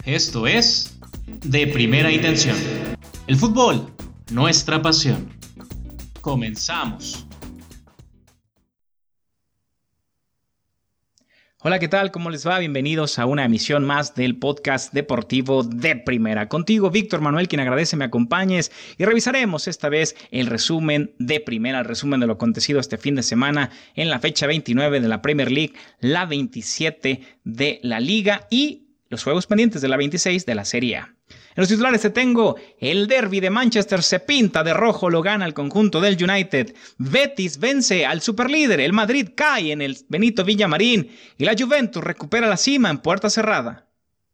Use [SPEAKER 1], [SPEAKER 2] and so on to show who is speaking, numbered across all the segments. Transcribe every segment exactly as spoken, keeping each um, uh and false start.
[SPEAKER 1] Esto es De Primera Intención. El fútbol, nuestra pasión. Comenzamos.
[SPEAKER 2] Hola, ¿qué tal? ¿Cómo les va? Bienvenidos a una emisión más del podcast deportivo de Primera. Contigo, Víctor Manuel, quien agradece me acompañes y revisaremos esta vez el resumen de Primera, el resumen de lo acontecido este fin de semana en la fecha veintinueve de la Premier League, la veintisiete de la Liga y los juegos pendientes de la veintiséis de la Serie A. En los titulares te tengo: el derbi de Manchester se pinta de rojo, lo gana el conjunto del United. Betis vence al superlíder, el Madrid cae en el Benito Villamarín y la Juventus recupera la cima en puerta cerrada.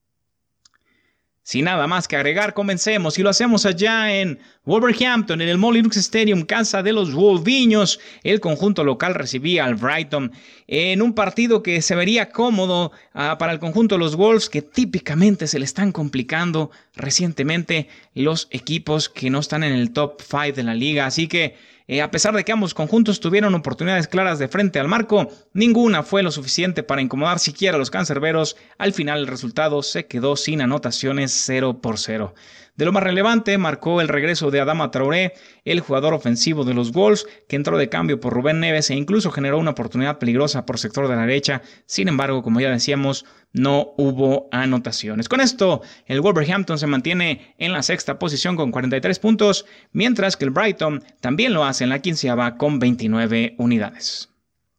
[SPEAKER 2] Sin nada más que agregar, comencemos y lo hacemos allá en Wolverhampton, en el Molyneux Stadium, casa de los Wolviños. El conjunto local recibía al Brighton en un partido que se vería cómodo uh, para el conjunto de los Wolves, que típicamente se le están complicando recientemente los equipos que no están en el top cinco de la liga. Así que Eh, a pesar de que ambos conjuntos tuvieron oportunidades claras de frente al marco, ninguna fue lo suficiente para incomodar siquiera a los cancerberos. Al final el resultado se quedó sin anotaciones, cero por cero. De lo más relevante, marcó el regreso de Adama Traoré, el jugador ofensivo de los Wolves, que entró de cambio por Rubén Neves e incluso generó una oportunidad peligrosa por sector de la derecha. Sin embargo, como ya decíamos, no hubo anotaciones. Con esto, el Wolverhampton se mantiene en la sexta posición con cuarenta y tres puntos, mientras que el Brighton también lo hace en la quinceava con veintinueve unidades.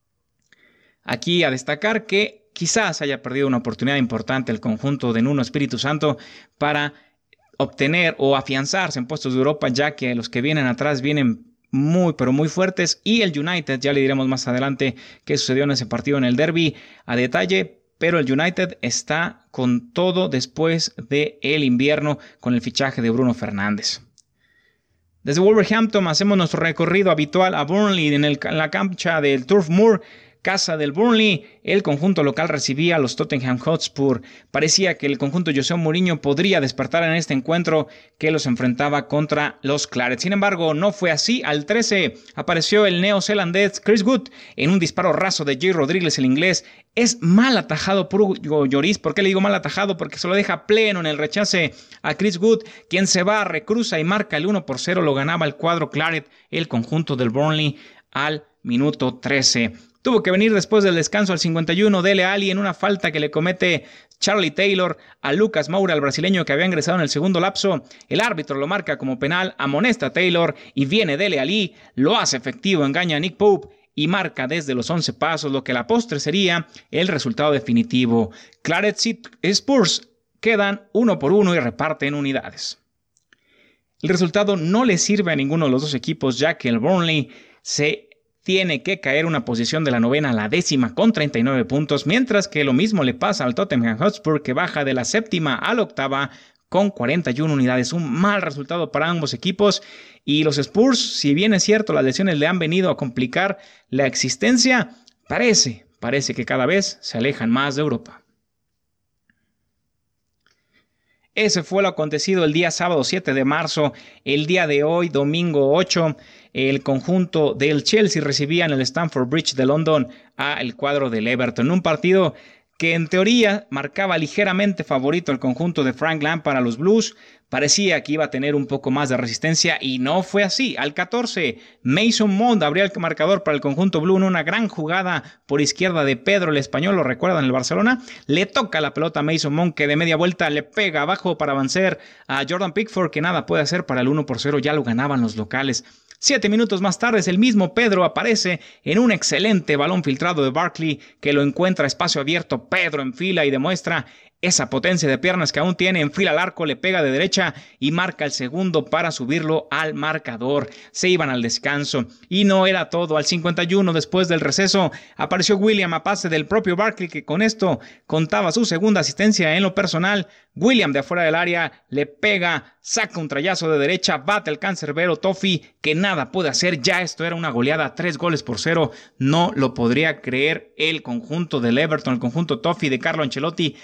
[SPEAKER 2] Aquí a destacar que quizás haya perdido una oportunidad importante el conjunto de Nuno Espíritu Santo para obtener o afianzarse en puestos de Europa, ya que los que vienen atrás vienen muy pero muy fuertes, y el United, ya le diremos más adelante qué sucedió en ese partido en el derbi a detalle, pero el United está con todo después del invierno con el fichaje de Bruno Fernández. Desde Wolverhampton hacemos nuestro recorrido habitual a Burnley en, el, en la cancha del Turf Moor, casa del Burnley. El conjunto local recibía a los Tottenham Hotspur. Parecía que el conjunto José Mourinho podría despertar en este encuentro que los enfrentaba contra los Claret. Sin embargo, no fue así. Al trece apareció el neozelandés Chris Wood en un disparo raso de Jay Rodríguez, el inglés. Es mal atajado por Hugo Lloris. ¿Por qué le digo mal atajado? Porque se lo deja pleno en el rechace a Chris Wood, quien se va, recruza y marca el uno por cero. Lo ganaba el cuadro Claret, el conjunto del Burnley, al minuto trece. Tuvo que venir después del descanso al cincuenta y uno Dele Alli en una falta que le comete Charlie Taylor a Lucas Moura, el brasileño que había ingresado en el segundo lapso. El árbitro lo marca como penal, amonesta a Taylor y viene Dele Alli, lo hace efectivo, engaña a Nick Pope y marca desde los once pasos lo que a la postre sería el resultado definitivo. Claret y Spurs quedan uno por uno y reparten unidades. El resultado no le sirve a ninguno de los dos equipos, ya que el Burnley se tiene que caer una posición de la novena a la décima con treinta y nueve puntos, mientras que lo mismo le pasa al Tottenham Hotspur, que baja de la séptima a la octava con cuarenta y una unidades. Un mal resultado para ambos equipos, y los Spurs, si bien es cierto las lesiones le han venido a complicar la existencia, parece, parece que cada vez se alejan más de Europa. Ese fue lo acontecido el día sábado siete de marzo. El día de hoy, domingo ocho, el conjunto del Chelsea recibía en el Stamford Bridge de London al cuadro del Everton. Un partido que en teoría marcaba ligeramente favorito el conjunto de Frank Lampard a los Blues. Parecía que iba a tener un poco más de resistencia y no fue así. Al catorce, Mason Mount abría el marcador para el conjunto Blue en una gran jugada por izquierda de Pedro, el español, lo recuerdan, el Barcelona. Le toca la pelota a Mason Mount, que de media vuelta le pega abajo para avanzar a Jordan Pickford, que nada puede hacer para el uno por cero. Ya lo ganaban los locales. Siete minutos más tarde, el mismo Pedro aparece en un excelente balón filtrado de Barkley, que lo encuentra espacio abierto. Pedro en fila y demuestra esa potencia de piernas que aún tiene, enfila al arco, le pega de derecha y marca el segundo para subirlo al marcador. Se iban al descanso y no era todo. Al cincuenta y uno, después del receso, apareció William a pase del propio Barkley, que con esto contaba su segunda asistencia en lo personal. William, de afuera del área, le pega, saca un trayazo de derecha, bate al cancerbero Toffee, que nada puede hacer. Ya esto era una goleada, tres goles por cero. No lo podría creer el conjunto del Everton, el conjunto Toffee de Carlo Ancelotti. Está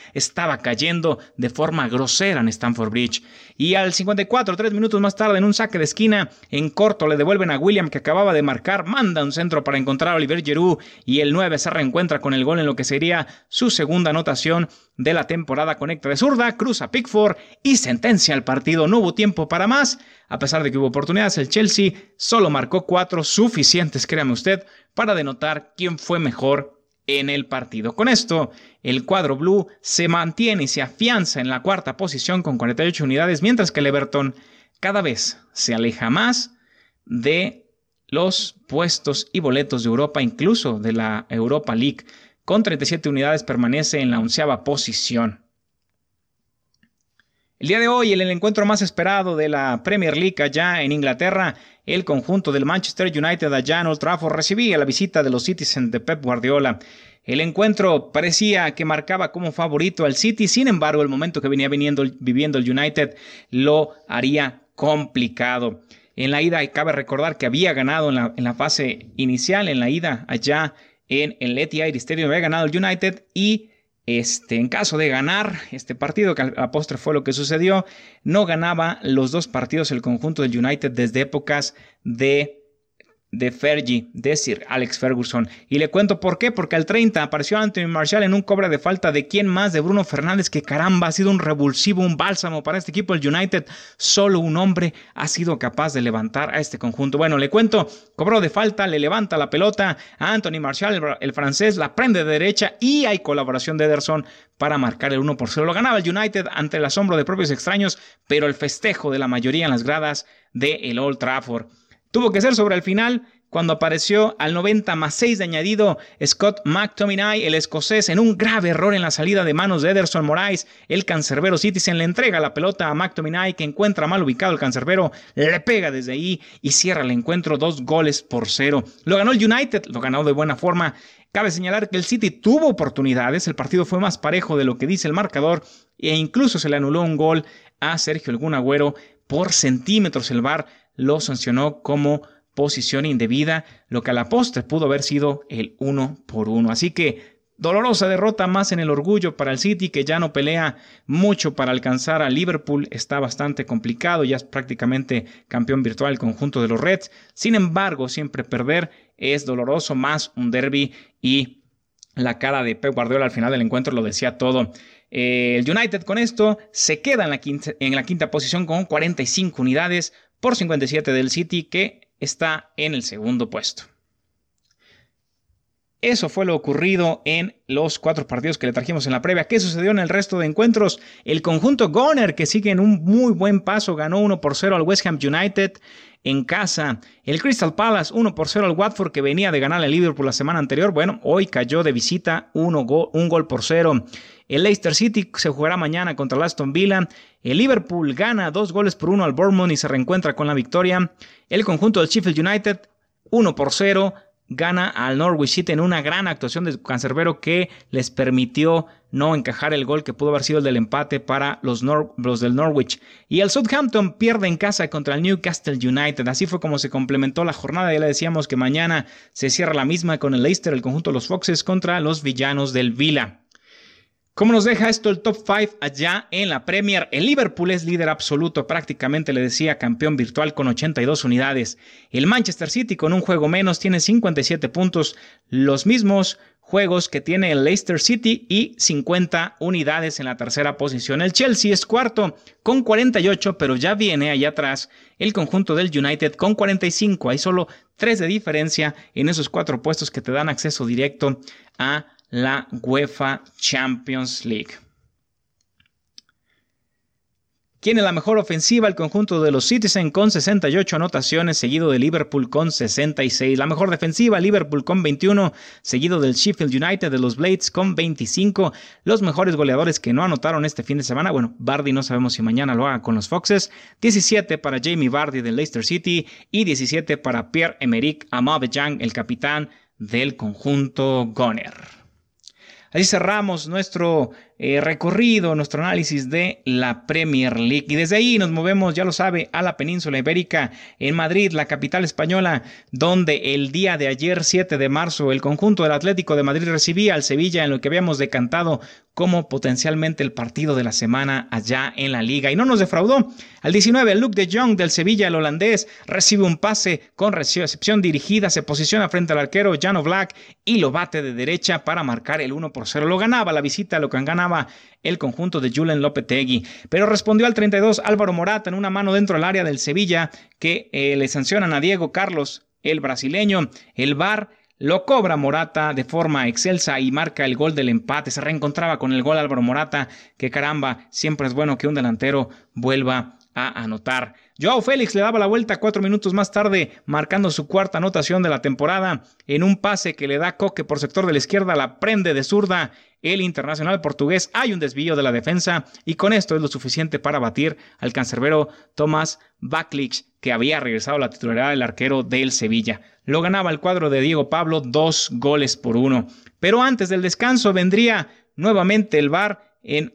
[SPEAKER 2] estaba cayendo de forma grosera en Stamford Bridge. Y al cincuenta y cuatro, tres minutos más tarde, en un saque de esquina, en corto le devuelven a William, que acababa de marcar, manda un centro para encontrar a Olivier Giroud, y el nueve se reencuentra con el gol en lo que sería su segunda anotación de la temporada. Conecta de zurda, cruza Pickford y sentencia el partido. No hubo tiempo para más. A pesar de que hubo oportunidades, el Chelsea solo marcó cuatro, suficientes, créame usted, para denotar quién fue mejor en el partido. Con esto, el cuadro blue se mantiene y se afianza en la cuarta posición con cuarenta y ocho unidades, mientras que el Everton cada vez se aleja más de los puestos y boletos de Europa, incluso de la Europa League. Con treinta y siete unidades permanece en la onceava posición. El día de hoy, en el encuentro más esperado de la Premier League allá en Inglaterra, el conjunto del Manchester United allá en Old Trafford recibía la visita de los Citizens de Pep Guardiola. El encuentro parecía que marcaba como favorito al City, sin embargo, el momento que venía viniendo, viviendo el United lo haría complicado. En la ida, cabe recordar que había ganado en la, en la fase inicial, en la ida allá en el Etihad Stadium, había ganado el United y Este, en caso de ganar este partido, que a la postre fue lo que sucedió, no ganaba los dos partidos el conjunto del United desde épocas de, de Fergie, de Sir Alex Ferguson. Y le cuento por qué, porque al treinta apareció Anthony Martial en un cobra de falta de quién más, de Bruno Fernández, que caramba, ha sido un revulsivo, un bálsamo para este equipo del United. Solo un hombre ha sido capaz de levantar a este conjunto. Bueno, le cuento, cobró de falta, le levanta la pelota a Anthony Martial, el, el francés, la prende de derecha y hay colaboración de Ederson para marcar el uno por cero. Lo ganaba el United ante el asombro de propios extraños, pero el festejo de la mayoría en las gradas del Old Trafford tuvo que ser sobre el final, cuando apareció al noventa más seis de añadido Scott McTominay, el escocés, en un grave error en la salida de manos de Ederson Moraes. El cancerbero Citizen le entrega la pelota a McTominay, que encuentra mal ubicado el cancerbero, le pega desde ahí y cierra el encuentro dos goles por cero. Lo ganó el United, lo ganó de buena forma. Cabe señalar que el City tuvo oportunidades, el partido fue más parejo de lo que dice el marcador e incluso se le anuló un gol a Sergio El Kun Agüero por centímetros. El V A R lo sancionó como posición indebida, lo que a la postre pudo haber sido el uno por uno. Así que dolorosa derrota más en el orgullo para el City, que ya no pelea mucho para alcanzar a Liverpool. Está bastante complicado, ya es prácticamente campeón virtual el conjunto de los Reds. Sin embargo, siempre perder es doloroso, más un derbi, y la cara de Pep Guardiola al final del encuentro lo decía todo. Eh, el United con esto se queda en la, quinta, en la quinta posición con cuarenta y cinco unidades por cincuenta y siete del City, que está en el segundo puesto. Eso fue lo ocurrido en los cuatro partidos que le trajimos en la previa. ¿Qué sucedió en el resto de encuentros? El conjunto Gunner, que sigue en un muy buen paso, ganó uno por cero al West Ham United en casa. El Crystal Palace uno por cero al Watford, que venía de ganar al Liverpool la semana anterior. Bueno, hoy cayó de visita uno go- un gol por cero. El Leicester City se jugará mañana contra el Aston Villa. El Liverpool gana dos goles por uno al Bournemouth y se reencuentra con la victoria. El conjunto del Sheffield United uno por cero gana al Norwich City en una gran actuación de cancerbero que les permitió no encajar el gol que pudo haber sido el del empate para los, Nor- los del Norwich. Y el Southampton pierde en casa contra el Newcastle United. Así fue como se complementó la jornada. Ya le decíamos que mañana se cierra la misma con el Leicester, el conjunto de los Foxes, contra los villanos del Villa. ¿Cómo nos deja esto el top cinco allá en la Premier? El Liverpool es líder absoluto, prácticamente le decía campeón virtual con ochenta y dos unidades. El Manchester City con un juego menos tiene cincuenta y siete puntos, los mismos juegos que tiene el Leicester City y cincuenta unidades en la tercera posición. El Chelsea es cuarto con cuarenta y ocho, pero ya viene allá atrás el conjunto del United con cuarenta y cinco. Hay solo tres de diferencia en esos cuatro puestos que te dan acceso directo a la UEFA Champions League. ¿Quién es la mejor ofensiva? El conjunto de los Citizen con sesenta y ocho anotaciones, seguido de Liverpool con sesenta y seis. La mejor defensiva, Liverpool con veintiuno, seguido del Sheffield United de los Blades con veinticinco. Los mejores goleadores que no anotaron este fin de semana, bueno, Vardy no sabemos si mañana lo haga con los Foxes, diecisiete para Jamie Vardy del Leicester City y diecisiete para Pierre-Emerick Aubameyang, el capitán del conjunto Gunner. Así cerramos nuestro eh, recorrido, nuestro análisis de la Premier League. Y desde ahí nos movemos, ya lo sabe, a la península ibérica, en Madrid, la capital española, donde el día de ayer, siete de marzo, el conjunto del Atlético de Madrid recibía al Sevilla en lo que habíamos decantado como potencialmente el partido de la semana allá en la Liga. Y no nos defraudó. Al diecinueve, Luke de Jong del Sevilla, el holandés, recibe un pase con recepción dirigida, se posiciona frente al arquero Jan Oblak y lo bate de derecha para marcar el uno por cero. Lo ganaba la visita, lo que ganaba el conjunto de Julen Lopetegui. Pero respondió al treinta y dos Álvaro Morata en una mano dentro del área del Sevilla que eh, le sancionan a Diego Carlos, el brasileño. El V A R lo cobra Morata de forma excelsa y marca el gol del empate. Se reencontraba con el gol Álvaro Morata, que caramba, siempre es bueno que un delantero vuelva a anotar. Joao Félix le daba la vuelta cuatro minutos más tarde, marcando su cuarta anotación de la temporada en un pase que le da Coque por sector de la izquierda, la prende de zurda el internacional portugués. Hay un desvío de la defensa y con esto es lo suficiente para batir al cancerbero Tomás Baklic, que había regresado a la titularidad del arquero del Sevilla. Lo ganaba el cuadro de Diego Pablo, dos goles por uno. Pero antes del descanso vendría nuevamente el V A R en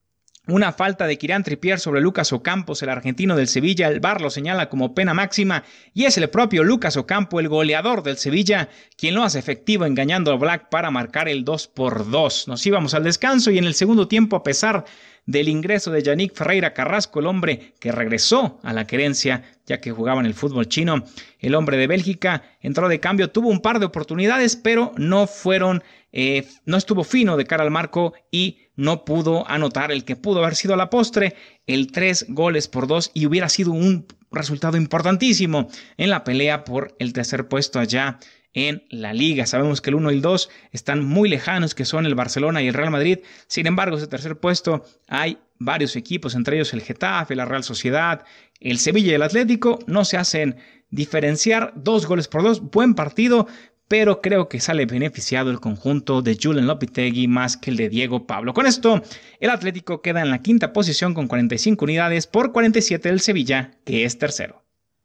[SPEAKER 2] una falta de Kieran Trippier sobre Lucas Ocampos, el argentino del Sevilla. El V A R lo señala como pena máxima y es el propio Lucas Ocampo, el goleador del Sevilla, quien lo hace efectivo engañando a Black para marcar el dos por dos. Nos íbamos al descanso y en el segundo tiempo, a pesar del ingreso de Yannick Ferreira Carrasco, el hombre que regresó a la querencia ya que jugaba en el fútbol chino, el hombre de Bélgica entró de cambio, tuvo un par de oportunidades, pero no fueron, eh, no estuvo fino de cara al marco y no pudo anotar el que pudo haber sido a la postre, el tres goles por dos, y hubiera sido un resultado importantísimo en la pelea por el tercer puesto allá en la Liga. Sabemos que el uno y el dos están muy lejanos, que son el Barcelona y el Real Madrid. Sin embargo, ese tercer puesto hay varios equipos, entre ellos el Getafe, la Real Sociedad, el Sevilla y el Atlético. No se hacen diferenciar, dos goles por dos, buen partido, pero creo que sale beneficiado el conjunto de Julen Lopetegui más que el de Diego Pablo. Con esto, el Atlético queda en la quinta posición con cuarenta y cinco unidades por cuarenta y siete del Sevilla, que es tercero.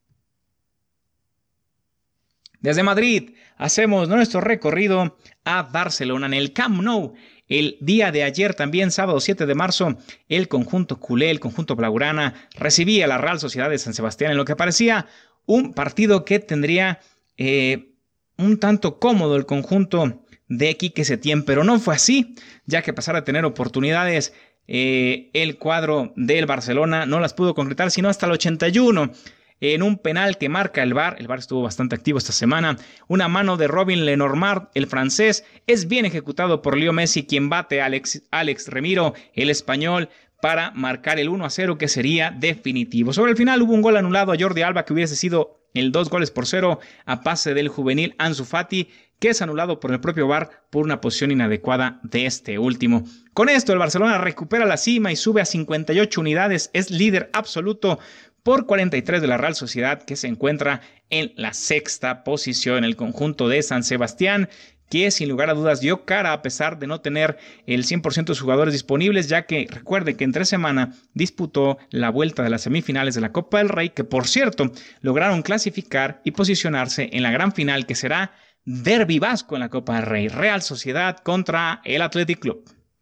[SPEAKER 2] Desde Madrid hacemos nuestro recorrido a Barcelona en el Camp Nou. El día de ayer, también sábado siete de marzo, el conjunto culé, el conjunto blaugrana, recibía a la Real Sociedad de San Sebastián en lo que parecía un partido que tendría eh, un tanto cómodo el conjunto de Quique Setién, pero no fue así, ya que a pesar de tener oportunidades, eh, el cuadro del Barcelona no las pudo concretar sino hasta el ochenta y uno. En un penal que marca el V A R, el V A R estuvo bastante activo esta semana, una mano de Robin Lenormand, el francés, es bien ejecutado por Leo Messi, quien bate a Alex, Alex Remiro, el español, para marcar el uno a cero, que sería definitivo. Sobre el final hubo un gol anulado a Jordi Alba, que hubiese sido el dos goles por cero a pase del juvenil Ansu Fati, que es anulado por el propio V A R por una posición inadecuada de este último. Con esto el Barcelona recupera la cima y sube a cincuenta y ocho unidades, es líder absoluto por cuarenta y tres de la Real Sociedad, que se encuentra en la sexta posición. El conjunto de San Sebastián, que sin lugar a dudas dio cara a pesar de no tener el cien por ciento de sus jugadores disponibles, ya que recuerde que entre semana disputó la vuelta de las semifinales de la Copa del Rey, que por cierto lograron clasificar y posicionarse en la gran final, que será Derbi Vasco en la Copa del Rey, Real Sociedad contra el Athletic Club.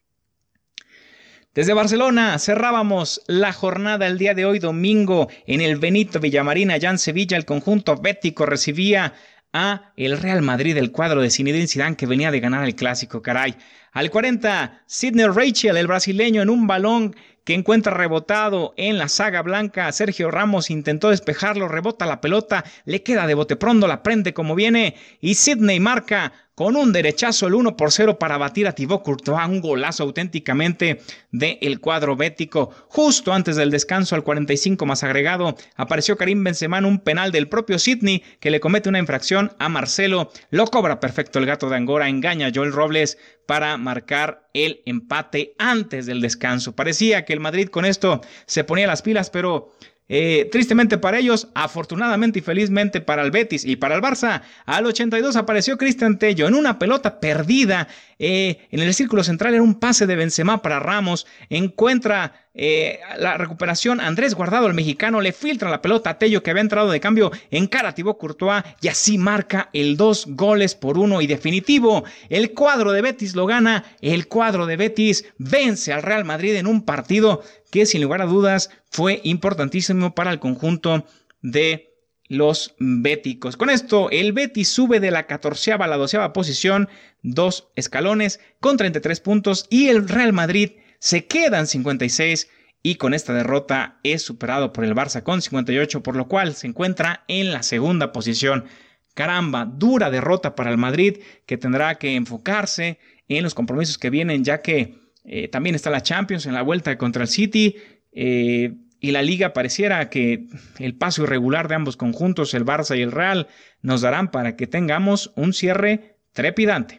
[SPEAKER 2] Desde Barcelona cerrábamos la jornada el día de hoy, domingo, en el Benito Villamarín, allá en Sevilla. El conjunto bético recibía a el Real Madrid, el cuadro de Zinedine Zidane, que venía de ganar el clásico, caray. Al cuarenta, Sidney Rachel, el brasileño, en un balón que encuentra rebotado en la saga blanca. Sergio Ramos intentó despejarlo, rebota la pelota, le queda de bote pronto, la prende como viene y Sidney marca con un derechazo el uno por cero para batir a Thibaut Courtois, un golazo auténticamente del cuadro bético. Justo antes del descanso, al cuarenta y cinco más agregado, apareció Karim Benzema en un penal del propio Sidney, que le comete una infracción a Marcelo, lo cobra perfecto el gato de Angora, engaña a Joel Robles para marcar el empate antes del descanso. Parecía que el Madrid con esto se ponía las pilas, pero Eh, tristemente para ellos, afortunadamente y felizmente para el Betis y para el Barça, al ochenta y dos apareció Cristian Tello en una pelota perdida eh, en el círculo central. Era un pase de Benzema para Ramos, encuentra eh, la recuperación. Andrés Guardado, el mexicano, le filtra la pelota a Tello, que había entrado de cambio, encara a Thibaut Courtois y así marca el dos goles por uno y definitivo. El cuadro de Betis lo gana. El cuadro de Betis vence al Real Madrid en un partido que sin lugar a dudas fue importantísimo para el conjunto de los béticos. Con esto, el Betis sube de la catorceava a la doceava posición, dos escalones con treinta y tres puntos, y el Real Madrid se queda en cincuenta y seis y con esta derrota es superado por el Barça con cincuenta y ocho, por lo cual se encuentra en la segunda posición. Caramba, dura derrota para el Madrid, que tendrá que enfocarse en los compromisos que vienen, ya que eh, también está la Champions en la vuelta contra el City, eh, y la Liga pareciera que el paso irregular de ambos conjuntos, el Barça y el Real, nos darán para que tengamos un cierre trepidante.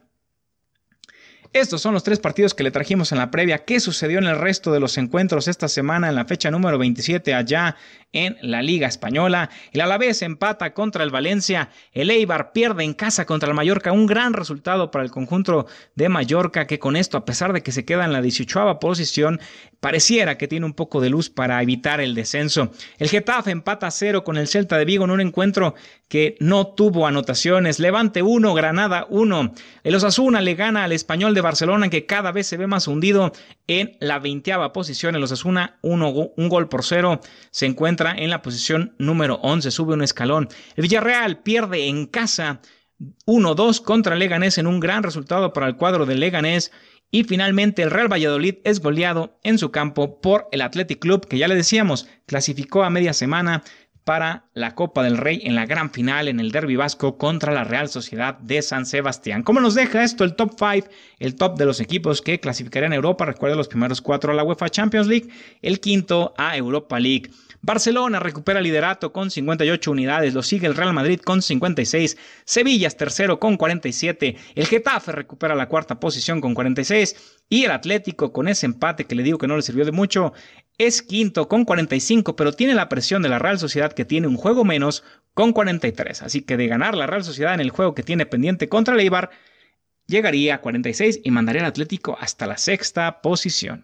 [SPEAKER 2] Estos son los tres partidos que le trajimos en la previa. ¿Qué sucedió en el resto de los encuentros esta semana en la fecha número veintisiete allá en la Liga Española? El Alavés empata contra el Valencia. El Eibar pierde en casa contra el Mallorca. Un gran resultado para el conjunto de Mallorca, que con esto, a pesar de que se queda en la dieciochava posición, pareciera que tiene un poco de luz para evitar el descenso. El Getafe empata a cero con el Celta de Vigo en un encuentro que no tuvo anotaciones. Levante uno, Granada uno. El Osasuna le gana al Español de Barcelona, que cada vez se ve más hundido en la veinteava posición. El Osasuna uno, un gol por cero, se encuentra en la posición número once, sube un escalón. El Villarreal pierde en casa uno dos contra el Leganés en un gran resultado para el cuadro del Leganés. Y finalmente el Real Valladolid es goleado en su campo por el Athletic Club, que ya le decíamos, clasificó a media semana para la Copa del Rey en la gran final en el Derbi Vasco contra la Real Sociedad de San Sebastián. ¿Cómo nos deja esto el top cinco? El top de los equipos que clasificarían a Europa. Recuerda, los primeros cuatro a la UEFA Champions League, el quinto a Europa League. Barcelona recupera el liderato con cincuenta y ocho unidades, lo sigue el Real Madrid con cincuenta y seis, Sevilla es tercero con cuarenta y siete, el Getafe recupera la cuarta posición con cuarenta y seis y el Atlético, con ese empate que le digo que no le sirvió de mucho, es quinto con cuarenta y cinco, pero tiene la presión de la Real Sociedad, que tiene un juego menos con cuarenta y tres, así que de ganar la Real Sociedad en el juego que tiene pendiente contra el Eibar, llegaría a cuarenta y seis y mandaría al Atlético hasta la sexta posición.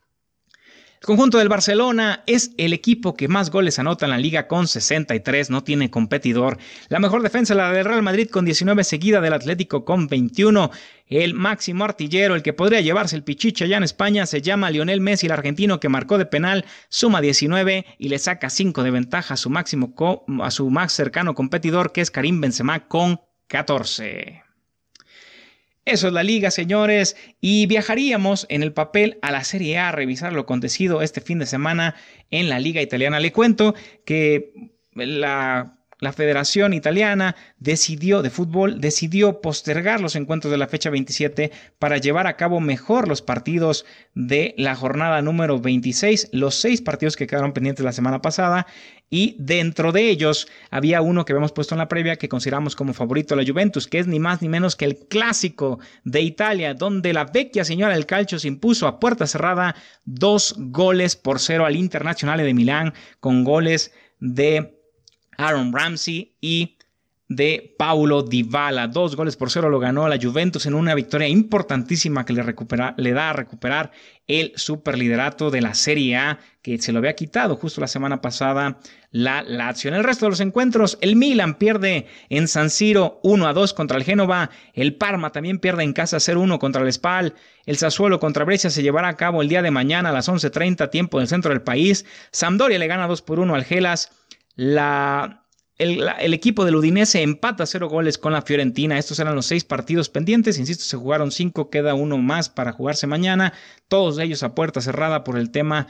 [SPEAKER 2] El conjunto del Barcelona es el equipo que más goles anota en la liga con sesenta y tres, no tiene competidor. La mejor defensa la del Real Madrid con diecinueve, seguida del Atlético con veintiuno. El máximo artillero, el que podría llevarse el pichiche allá en España, se llama Lionel Messi, el argentino que marcó de penal, suma diecinueve y le saca cinco de ventaja a su máximo co- a su más cercano competidor, que es Karim Benzema con catorce. Eso es la liga, señores, y viajaríamos en el papel a la Serie A a revisar lo acontecido este fin de semana en la liga italiana. Le cuento que la... La Federación Italiana decidió de fútbol decidió postergar los encuentros de la fecha veintisiete para llevar a cabo mejor los partidos de la jornada número veintiséis, los seis partidos que quedaron pendientes la semana pasada, y dentro de ellos había uno que habíamos puesto en la previa que consideramos como favorito a la Juventus, que es ni más ni menos que el clásico de Italia, donde la vecchia señora del calcio se impuso a puerta cerrada dos goles por cero al Internazionale de Milán, con goles de Aaron Ramsey y de Paulo Dybala. Dos goles por cero lo ganó la Juventus en una victoria importantísima que le, recupera, le da a recuperar el superliderato de la Serie A, que se lo había quitado justo la semana pasada la Lazio. En el resto de los encuentros, el Milan pierde en San Siro uno a dos contra el Génova. El Parma también pierde en casa cero uno contra el Spal. El Sassuolo contra Brescia se llevará a cabo el día de mañana a las once treinta, tiempo del centro del país. Sampdoria le gana dos por uno al Hellas. La, el, la, el equipo del Udinese empata cero goles con la Fiorentina. Estos eran los seis partidos pendientes. Insisto, se jugaron cinco, queda uno más para jugarse mañana. Todos ellos a puerta cerrada por el tema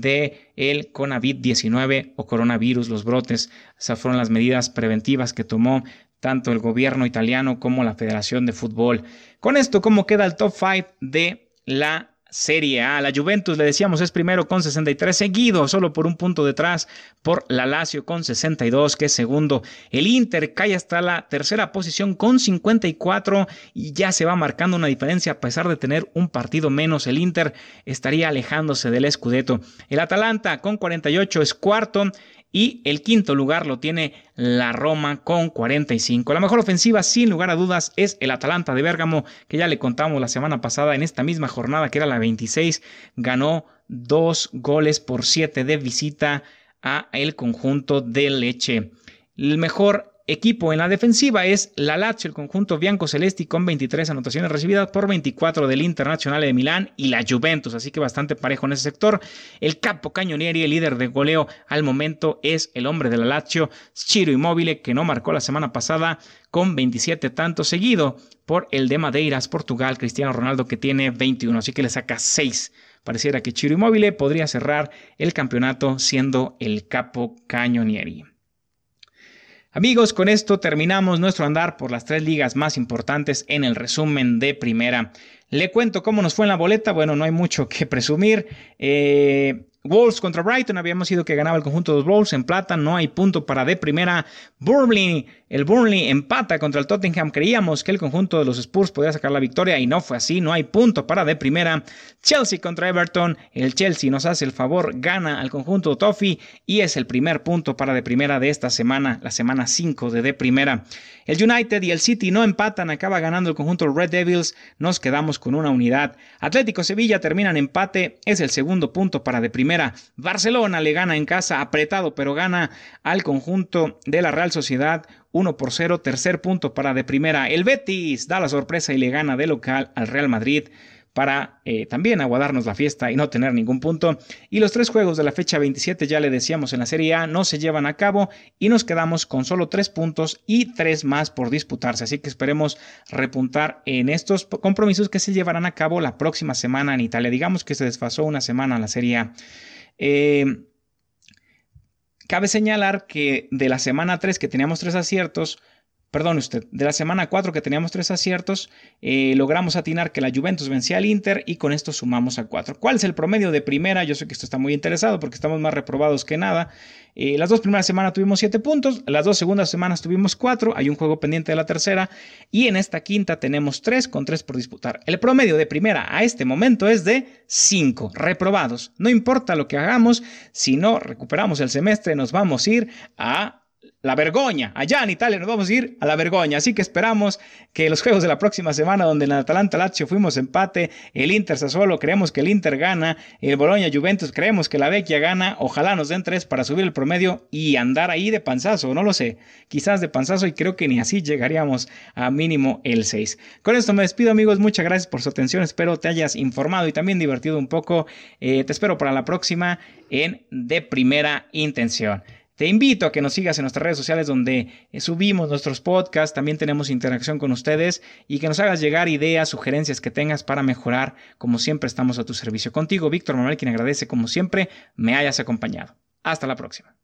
[SPEAKER 2] del COVID diecinueve o coronavirus, los brotes. Esas fueron las medidas preventivas que tomó tanto el gobierno italiano como la Federación de Fútbol. Con esto, ¿cómo queda el top cinco de la Serie A? La Juventus, le decíamos, es primero con sesenta y tres, seguido solo por un punto detrás por la Lazio con sesenta y dos, que es segundo. El Inter cae hasta la tercera posición con cincuenta y cuatro y ya se va marcando una diferencia. A pesar de tener un partido menos, el Inter estaría alejándose del Scudetto. El Atalanta con cuarenta y ocho es cuarto. Y el quinto lugar lo tiene la Roma con cuarenta y cinco. La mejor ofensiva, sin lugar a dudas, es el Atalanta de Bérgamo, que ya le contamos la semana pasada en esta misma jornada, que era la veintiséis, ganó dos goles por siete de visita a el conjunto de Lecce. El mejor equipo en la defensiva es la Lazio, el conjunto biancocelesti, con veintitrés anotaciones recibidas por veinticuatro del Internazionale de Milán y la Juventus, así que bastante parejo en ese sector. El capo Cañonieri, el líder de goleo al momento, es el hombre de la Lazio, Ciro Immobile, que no marcó la semana pasada con veintisiete tantos, seguido por el de Madeiras, Portugal, Cristiano Ronaldo, que tiene veintiuno, así que le saca seis. Pareciera que Ciro Immobile podría cerrar el campeonato siendo el capo Cañonieri. Amigos, con esto terminamos nuestro andar por las tres ligas más importantes en el resumen de primera. Le cuento cómo nos fue en la boleta. Bueno, no hay mucho que presumir. Eh, Wolves contra Brighton, habíamos sido que ganaba el conjunto de los Wolves en plata, no hay punto para de primera. Burnley, el Burnley empata contra el Tottenham, creíamos que el conjunto de los Spurs podría sacar la victoria y no fue así, no hay punto para de primera. Chelsea contra Everton, el Chelsea nos hace el favor, gana al conjunto de Toffee y es el primer punto para de primera de esta semana, la semana cinco de de primera. El United y el City no empatan, acaba ganando el conjunto de Red Devils, nos quedamos con una unidad. Atlético Sevilla termina en empate, es el segundo punto para de primera. Barcelona le gana en casa, apretado, pero gana al conjunto de la Real Sociedad uno por cero, tercer punto para de primera. El Betis da la sorpresa y le gana de local al Real Madrid para eh, también aguadarnos la fiesta y no tener ningún punto. Y los tres juegos de la fecha veintisiete, ya le decíamos en la Serie A, no se llevan a cabo y nos quedamos con solo tres puntos y tres más por disputarse. Así que esperemos repuntar en estos compromisos que se llevarán a cabo la próxima semana en Italia. Digamos que se desfasó una semana la Serie A. Eh, cabe señalar que de la semana tres que teníamos tres aciertos, Perdón usted, de la semana cuatro que teníamos tres aciertos, eh, logramos atinar que la Juventus vencía al Inter y con esto sumamos a cuatro. ¿Cuál es el promedio de primera? Yo sé que esto está muy interesado porque estamos más reprobados que nada. Eh, las dos primeras semanas tuvimos siete puntos, las dos segundas semanas tuvimos cuatro, hay un juego pendiente de la tercera y en esta quinta tenemos tres con tres por disputar. El promedio de primera a este momento es de cinco reprobados. No importa lo que hagamos, si no recuperamos el semestre nos vamos a ir a la vergüenza. Allá en Italia nos vamos a ir a la vergüenza. Así que esperamos que los juegos de la próxima semana, donde en el Atalanta Lazio fuimos empate, el Inter Sassuolo creemos que el Inter gana, el Bologna Juventus creemos que la Vecchia gana, ojalá nos den tres para subir el promedio y andar ahí de panzazo, no lo sé, quizás de panzazo, y creo que ni así llegaríamos a mínimo el seis. Con esto me despido, amigos, muchas gracias por su atención, espero te hayas informado y también divertido un poco. Eh, te espero para la próxima en De Primera Intención. Te invito a que nos sigas en nuestras redes sociales donde subimos nuestros podcasts, también tenemos interacción con ustedes y que nos hagas llegar ideas, sugerencias que tengas para mejorar. Como siempre estamos a tu servicio. Contigo, Víctor Manuel, quien agradece como siempre me hayas acompañado. Hasta la próxima.